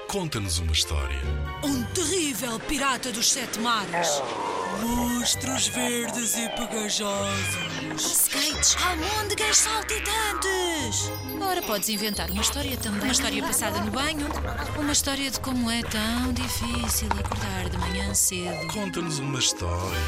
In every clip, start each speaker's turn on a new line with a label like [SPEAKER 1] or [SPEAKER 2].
[SPEAKER 1] Conta-nos uma história.
[SPEAKER 2] Um terrível pirata dos 7 mares. Monstros verdes e pegajosos.
[SPEAKER 3] Skates, almôndegas saltitantes. Ora, podes inventar uma história também. Uma história passada no banho. Uma história de como é tão difícil acordar de manhã cedo.
[SPEAKER 1] Conta-nos uma história.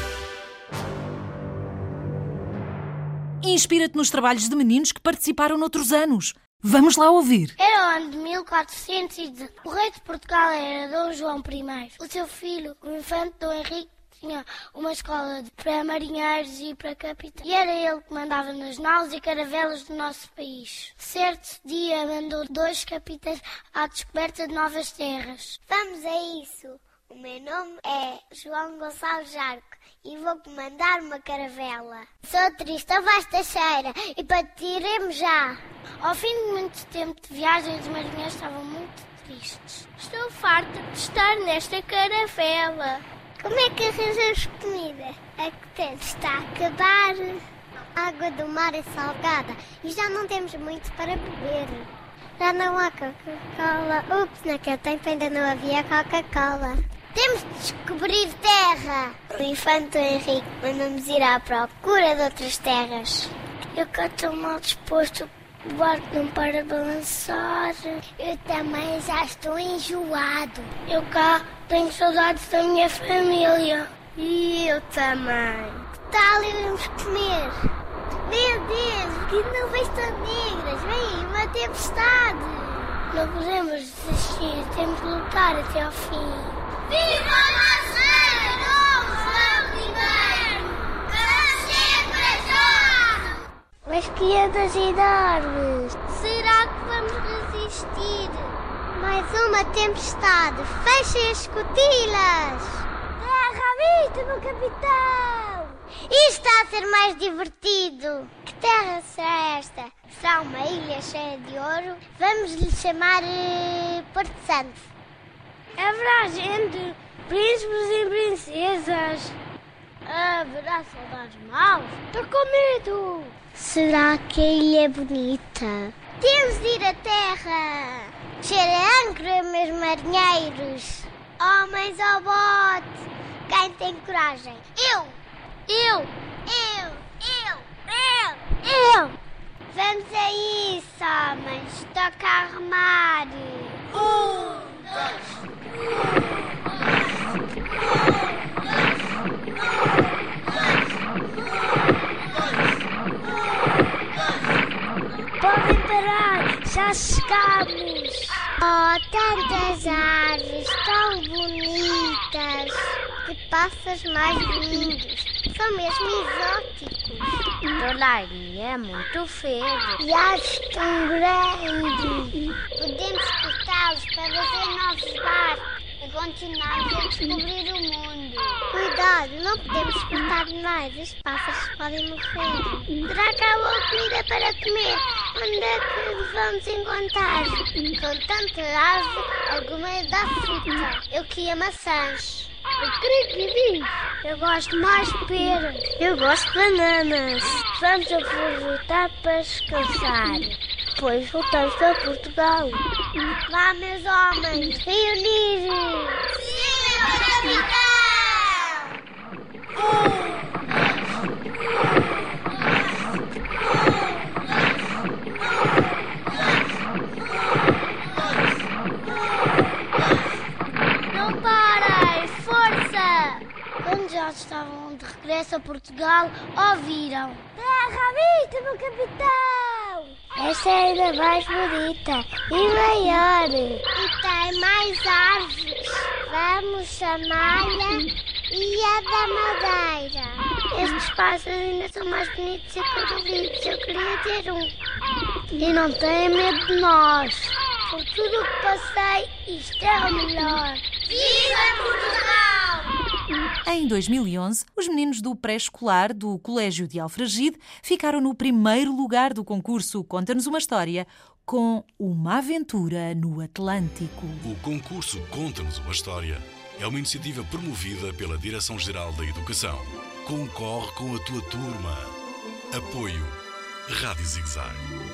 [SPEAKER 2] Inspira-te nos trabalhos de meninos que participaram noutros anos. Vamos lá ouvir.
[SPEAKER 4] Era o ano de 1410. O rei de Portugal era Dom João I. O seu filho, o infante Dom Henrique, tinha uma escola para marinheiros e para capitães. E era ele que mandava nas naus e caravelas do nosso país. Certo dia mandou 2 capitães à descoberta de novas terras.
[SPEAKER 5] Vamos a isso. O meu nome é João Gonçalves Jarco e vou comandar uma caravela. Sou Tristão Vaz Teixeira e partiremos já.
[SPEAKER 4] Ao fim de muito tempo de viagem, os marinheiros estavam muito tristes. Estou farta de estar nesta caravela.
[SPEAKER 5] Como é que arranjamos comida? A que temos está a acabar. A água do mar é salgada e já não temos muito para beber. Já não há Coca-Cola. Ups, naquele tempo ainda não havia Coca-Cola. Temos de descobrir terra. O infante Henrique mandou-nos ir à procura de outras terras.
[SPEAKER 4] Eu cá estou mal disposto. O barco não para de balançar.
[SPEAKER 5] Eu também já estou enjoado.
[SPEAKER 4] Eu cá tenho saudades da minha família.
[SPEAKER 5] E eu também. Que tal irmos comer? Meu Deus, que nuvens tão negras. Vem, uma tempestade.
[SPEAKER 4] Não podemos desistir. Temos de lutar até ao fim.
[SPEAKER 5] Viva a nossa Dom João I! Para sempre já!
[SPEAKER 4] Mas que é das enormes?
[SPEAKER 5] Será que vamos resistir? Mais uma tempestade. Fechem as escotilhas.
[SPEAKER 4] Terra à vista, meu capitão!
[SPEAKER 5] Isto está a ser mais divertido. Que terra será esta? Será uma ilha cheia de ouro? Vamos lhe chamar Porto Santo.
[SPEAKER 4] Haverá gente, príncipes e princesas. Haverá soldados maus. Estou com medo.
[SPEAKER 5] Será que a ilha é bonita? Temos de ir à terra. Descer a âncora, meus marinheiros. Homens ao bote. Quem tem coragem? Eu. Vamos a isso, homens. Toca a remar. 1, 2,
[SPEAKER 4] Podem parar, já chegamos.
[SPEAKER 5] Oh, tantas árvores tão bonitas. Que pássaros mais lindos. São mesmo exóticos.
[SPEAKER 4] Dona é muito feio.
[SPEAKER 5] E árvores tão grandes. Podemos cortá-los para fazer novos barcos e continuarmos a descobrir o mundo. Cuidado, não podemos cortar demais. Os pássaros podem morrer. Será que há boa comida para comer? Onde é que vamos encontrar? Com tanta árvore, alguma dá fruta. Eu queria maçãs.
[SPEAKER 4] O que diz?
[SPEAKER 5] Eu gosto mais de pera.
[SPEAKER 4] Eu gosto de bananas. Vamos aproveitar para descansar. Depois voltamos para Portugal.
[SPEAKER 5] Vá, meus homens, reunir! Sim, meu capitão!
[SPEAKER 4] Não parem! Força!
[SPEAKER 5] Quando já estavam de regresso a Portugal, ouviram:
[SPEAKER 4] Terra à vista, meu capitão!
[SPEAKER 5] esta é ainda mais bonita e maior. E tem mais árvores. Vamos chamá-la Ilha da Madeira. Estes pássaros ainda são mais bonitos e coloridos. Eu queria ter um.
[SPEAKER 4] E não têm medo de nós.
[SPEAKER 5] Por tudo o que passei, isto é o melhor. Viva Portugal!
[SPEAKER 2] Em 2011, os meninos do pré-escolar do Colégio de Alfragide ficaram no primeiro lugar do concurso Conta-nos uma História com uma aventura no Atlântico.
[SPEAKER 1] O concurso Conta-nos uma História é uma iniciativa promovida pela Direção-Geral da Educação. Concorre com a tua turma. Apoio Rádio Zig Zag.